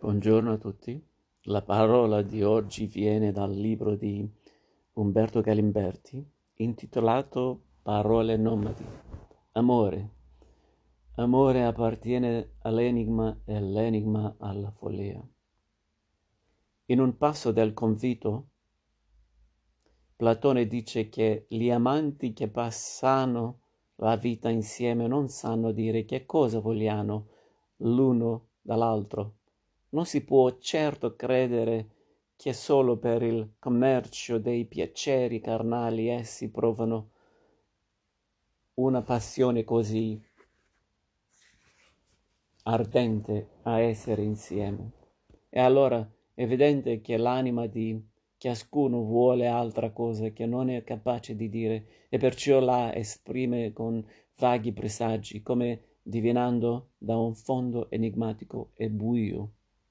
Buongiorno a tutti. La parola di oggi viene dal libro di Umberto Galimberti, intitolato Parole nomadi. Amore. Amore appartiene all'enigma e l'enigma alla follia. In un passo del convito, Platone dice che gli amanti che passano la vita insieme non sanno dire che cosa vogliano l'uno dall'altro. Non si può certo credere che solo per il commercio dei piaceri carnali essi provano una passione così ardente a essere insieme. E allora è evidente che l'anima di ciascuno vuole altra cosa che non è capace di dire e perciò la esprime con vaghi presagi, come divinando da un fondo enigmatico e buio.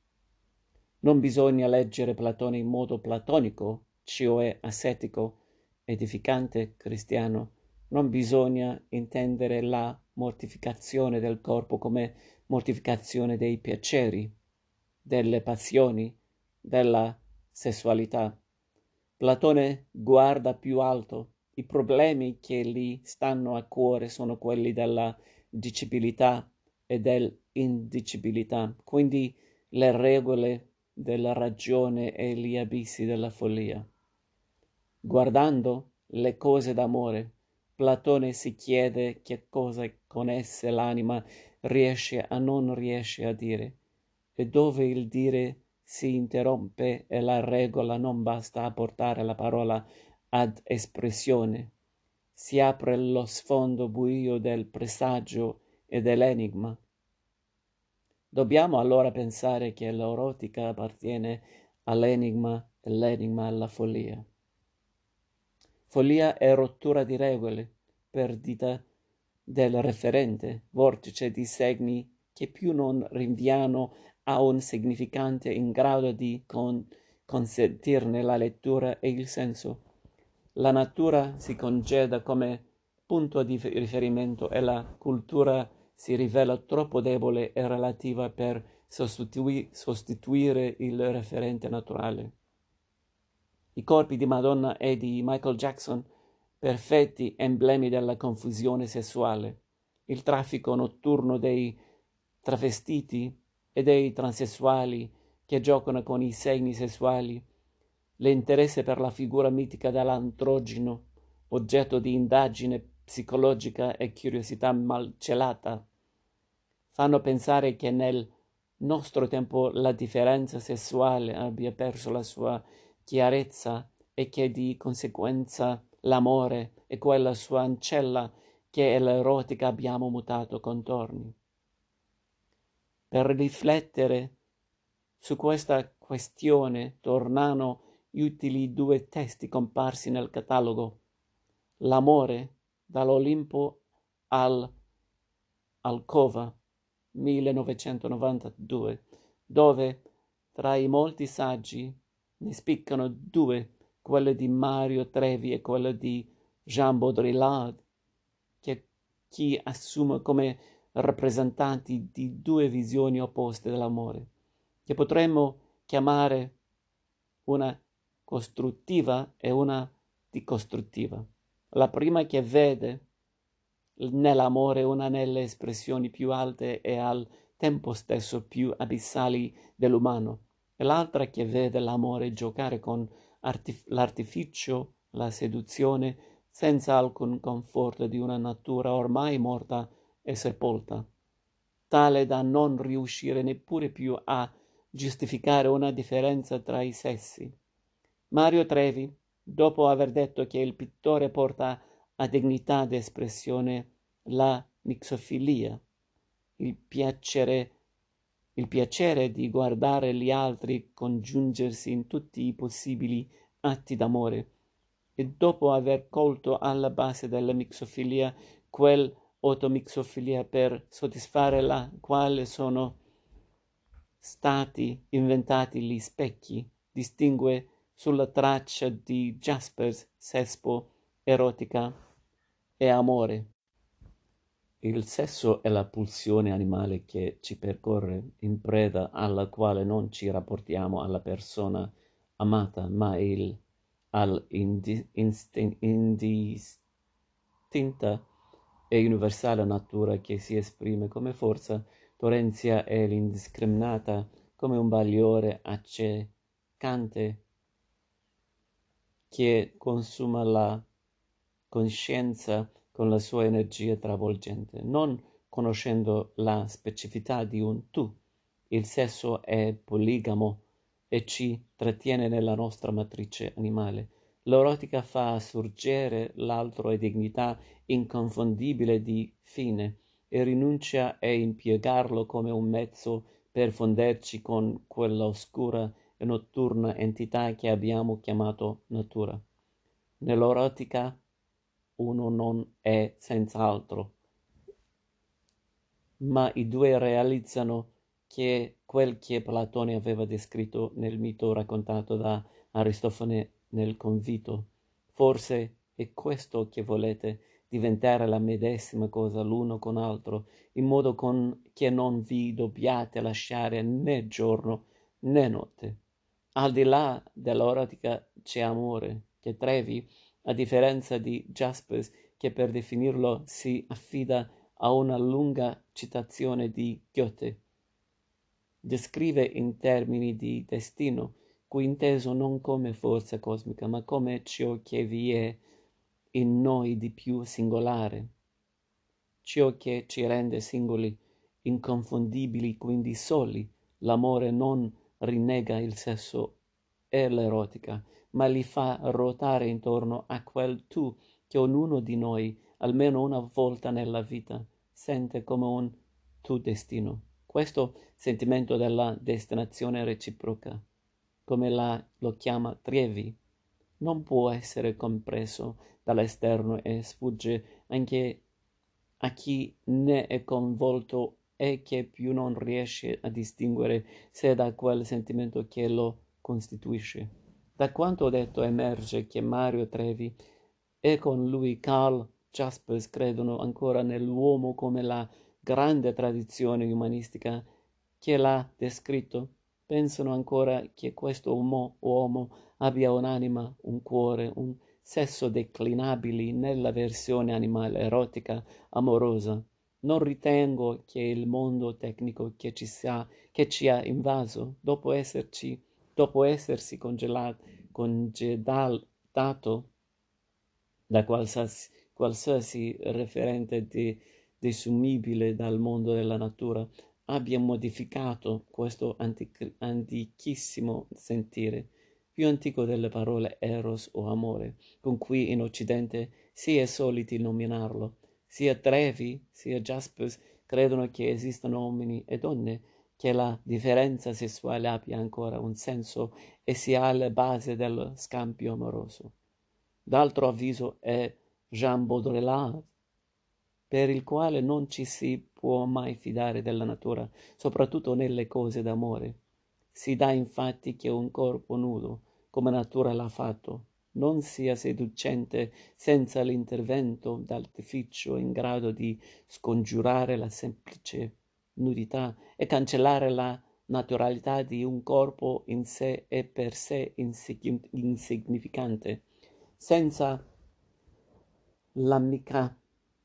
Non bisogna leggere Platone in modo platonico, cioè ascetico, edificante, cristiano. Non bisogna intendere la mortificazione del corpo come mortificazione dei piaceri, delle passioni, della sessualità. Platone guarda più alto. I problemi che gli stanno a cuore sono quelli della dicibilità e dell'indicibilità, quindi le regole della ragione e gli abissi della follia. Guardando le cose d'amore, Platone si chiede che cosa con esse l'anima riesce a non riesce a dire, e dove il dire si interrompe e la regola non basta a portare la parola ad espressione. Si apre lo sfondo buio del presagio e dell'enigma. Dobbiamo allora pensare che l'erotica appartiene all'enigma e l'enigma alla follia. Follia è rottura di regole, perdita del referente, vortice di segni che più non rinviano a un significante in grado di consentirne la lettura e il senso. La natura si congeda come punto di riferimento e la cultura si rivela troppo debole e relativa per sostituire il referente naturale. I corpi di Madonna e di Michael Jackson, perfetti emblemi della confusione sessuale, il traffico notturno dei travestiti e dei transessuali che giocano con i segni sessuali, l'interesse per la figura mitica dell'androgeno, oggetto di indagine psicologica e curiosità malcelata, fanno pensare che nel nostro tempo la differenza sessuale abbia perso la sua chiarezza e che di conseguenza l'amore e quella sua ancella che è l'erotica abbiamo mutato contorni. Per riflettere su questa questione tornano utili due testi comparsi nel catalogo: L'amore dall'Olimpo all'Alcova 1992, dove tra i molti saggi ne spiccano due, quello di Mario Trevi e quello di Jean Baudrillard, che chi assume come rappresentanti di due visioni opposte dell'amore, che potremmo chiamare una costruttiva e una dicostruttiva. La prima che vede nell'amore una delle espressioni più alte e al tempo stesso più abissali dell'umano, e l'altra che vede l'amore giocare con l'artificio, la seduzione, senza alcun conforto di una natura ormai morta e sepolta, tale da non riuscire neppure più a giustificare una differenza tra i sessi. Mario Trevi, dopo aver detto che il pittore porta a dignità d'espressione la mixofilia, il piacere, il piacere di guardare gli altri congiungersi in tutti i possibili atti d'amore, e dopo aver colto alla base della mixofilia quell'automixofilia per soddisfare la quale sono stati inventati gli specchi, distingue sulla traccia di Jaspers, Sespo, erotica e amore. Il sesso è la pulsione animale che ci percorre, in preda alla quale non ci rapportiamo alla persona amata, ma indistinta e universale natura che si esprime come forza torrenzia e indiscriminata come un bagliore accecante che consuma la coscienza con la sua energia travolgente. Non conoscendo la specificità di un tu, il sesso è poligamo e ci trattiene nella nostra matrice animale. L'erotica fa assurgere l'altro a dignità inconfondibile di fine e rinuncia a impiegarlo come un mezzo per fonderci con quella oscura e notturna entità che abbiamo chiamato natura. Nell'erotica uno non è senz'altro, ma i due realizzano che quel che Platone aveva descritto nel mito raccontato da Aristofane nel Convito. Forse è questo che volete, diventare la medesima cosa l'uno con l'altro, in modo che non vi dobbiate lasciare né giorno né notte. Al di là dell'erotica c'è amore, che Trevi, a differenza di Jaspers, che per definirlo si affida a una lunga citazione di Goethe, descrive in termini di destino, qui inteso non come forza cosmica, ma come ciò che vi è in noi di più singolare, ciò che ci rende singoli, inconfondibili, quindi soli. L'amore non rinnega il sesso e l'erotica, ma li fa ruotare intorno a quel tu che ognuno di noi, almeno una volta nella vita, sente come un tu destino. Questo sentimento della destinazione reciproca, come lo chiama Trevi, non può essere compreso dall'esterno e sfugge anche a chi ne è coinvolto e che più non riesce a distinguere sé da quel sentimento che lo costituisce. Da quanto ho detto emerge che Mario Trevi e con lui Karl Jaspers credono ancora nell'uomo come la grande tradizione umanistica che l'ha descritto. Pensano ancora che questo uomo abbia un'anima, un cuore, un sesso declinabili nella versione animale erotica amorosa. Non ritengo che il mondo tecnico che ci ha invaso, dopo essersi congedato da qualsiasi referente desumibile dal mondo della natura, abbia modificato questo antichissimo sentire, più antico delle parole eros o amore, con cui in Occidente si è soliti nominarlo. Sia Trevi sia Jaspers credono che esistano uomini e donne, che la differenza sessuale abbia ancora un senso e sia alla base dello scambio amoroso. D'altro avviso è Jean Baudrillard, per il quale non ci si può mai fidare della natura, soprattutto nelle cose d'amore. Si dà infatti che un corpo nudo, come natura l'ha fatto, non sia seducente senza l'intervento d'artificio in grado di scongiurare la semplice nudità e cancellare la naturalità di un corpo in sé e per sé insignificante, senza l'ammiccamento,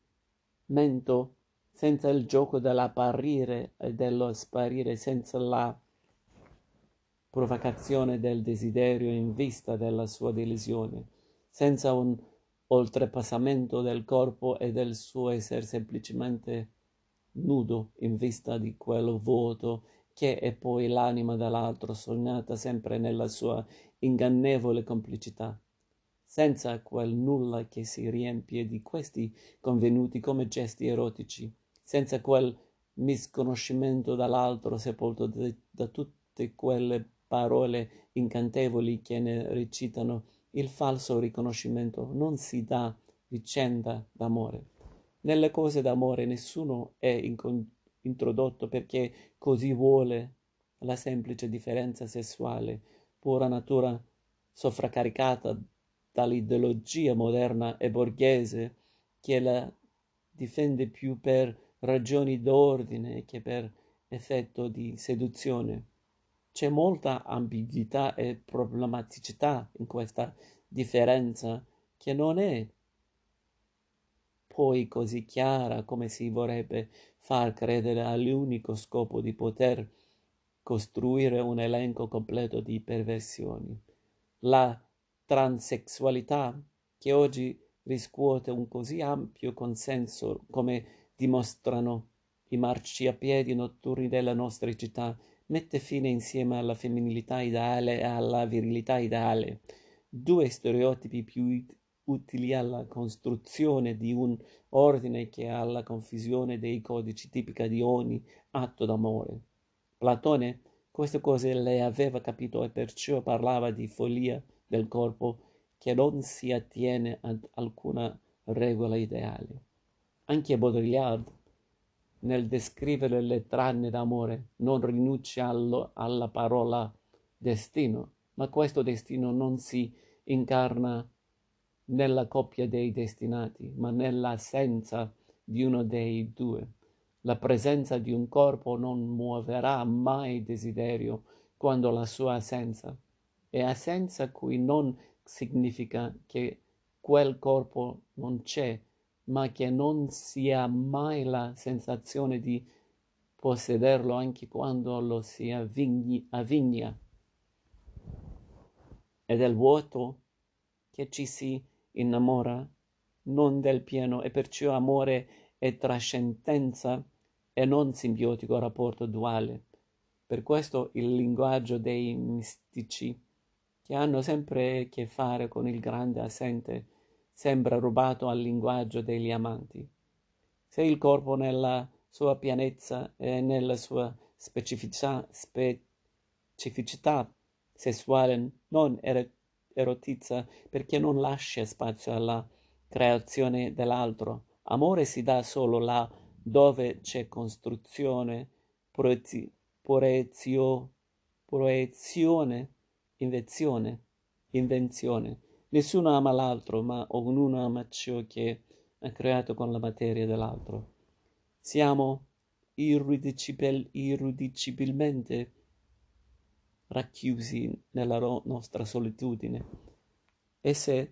senza il gioco dell'apparire e dello sparire, senza la provocazione del desiderio in vista della sua delusione, senza un oltrepassamento del corpo e del suo essere semplicemente nudo in vista di quello vuoto che è poi l'anima dell'altro sognata sempre nella sua ingannevole complicità. Senza quel nulla che si riempie di questi convenuti come gesti erotici, senza quel misconoscimento dall'altro sepolto da tutte quelle parole incantevoli che ne recitano il falso riconoscimento, non si dà vicenda d'amore. Nelle cose d'amore nessuno è introdotto perché così vuole la semplice differenza sessuale, pura natura sovraccaricata dall'ideologia moderna e borghese che la difende più per ragioni d'ordine che per effetto di seduzione. C'è molta ambiguità e problematicità in questa differenza che non è poi così chiara come si vorrebbe far credere all'unico scopo di poter costruire un elenco completo di perversioni. La transessualità, che oggi riscuote un così ampio consenso come dimostrano i marciapiedi notturni delle nostre città, mette fine insieme alla femminilità ideale e alla virilità ideale, due stereotipi più utili alla costruzione di un ordine che alla confusione dei codici tipica di ogni atto d'amore. Platone queste cose le aveva capito e perciò parlava di follia del corpo che non si attiene ad alcuna regola ideale. Anche Baudrillard, nel descrivere le tranne d'amore, non rinuncia alla parola destino, ma questo destino non si incarna nella coppia dei destinati, ma nell'assenza di uno dei due. La presenza di un corpo non muoverà mai desiderio quando la sua assenza è assenza qui non significa che quel corpo non c'è, ma che non si ha mai la sensazione di possederlo anche quando lo si avvigna. È del vuoto che ci si innamora, non del pieno, e perciò amore è trascendenza e non simbiotico rapporto duale. Per questo il linguaggio dei mistici, che hanno sempre a che fare con il grande assente, sembra rubato al linguaggio degli amanti. Se il corpo nella sua pienezza e nella sua specificità sessuale non erotizza perché non lascia spazio alla creazione dell'altro. Amore si dà solo là dove c'è costruzione, proezio- proiezione, invenzione. Nessuno ama l'altro, ma ognuno ama ciò che ha creato con la materia dell'altro. Siamo irriducibilmente racchiusi nella nostra solitudine. E se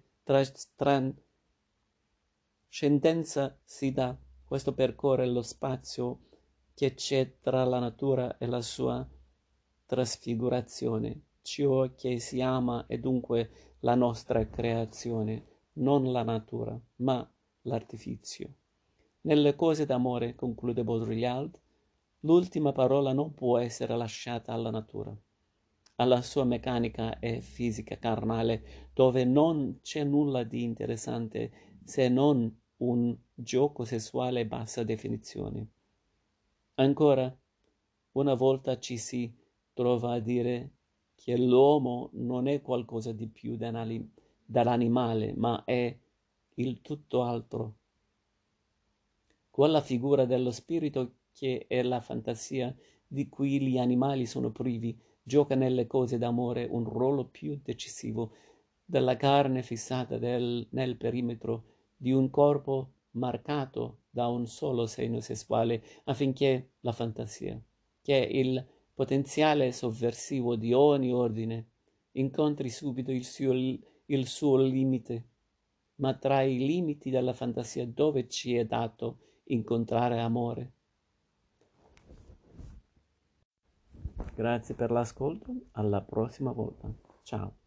trascendenza si dà, questo percorre lo spazio che c'è tra la natura e la sua trasfigurazione. Ciò che si ama è dunque la nostra creazione, non la natura, ma l'artificio. Nelle cose d'amore, conclude Baudrillard, l'ultima parola non può essere lasciata alla natura, alla sua meccanica e fisica carnale, dove non c'è nulla di interessante se non un gioco sessuale a bassa definizione. Ancora, una volta ci si trova a dire che l'uomo non è qualcosa di più dall'animale, ma è il tutto altro. Quella figura dello spirito che è la fantasia di cui gli animali sono privi, gioca nelle cose d'amore un ruolo più decisivo della carne fissata nel perimetro di un corpo marcato da un solo segno sessuale affinché la fantasia, che è il potenziale sovversivo di ogni ordine, incontri subito il suo limite, ma tra i limiti della fantasia dove ci è dato incontrare amore. Grazie per l'ascolto, alla prossima volta. Ciao.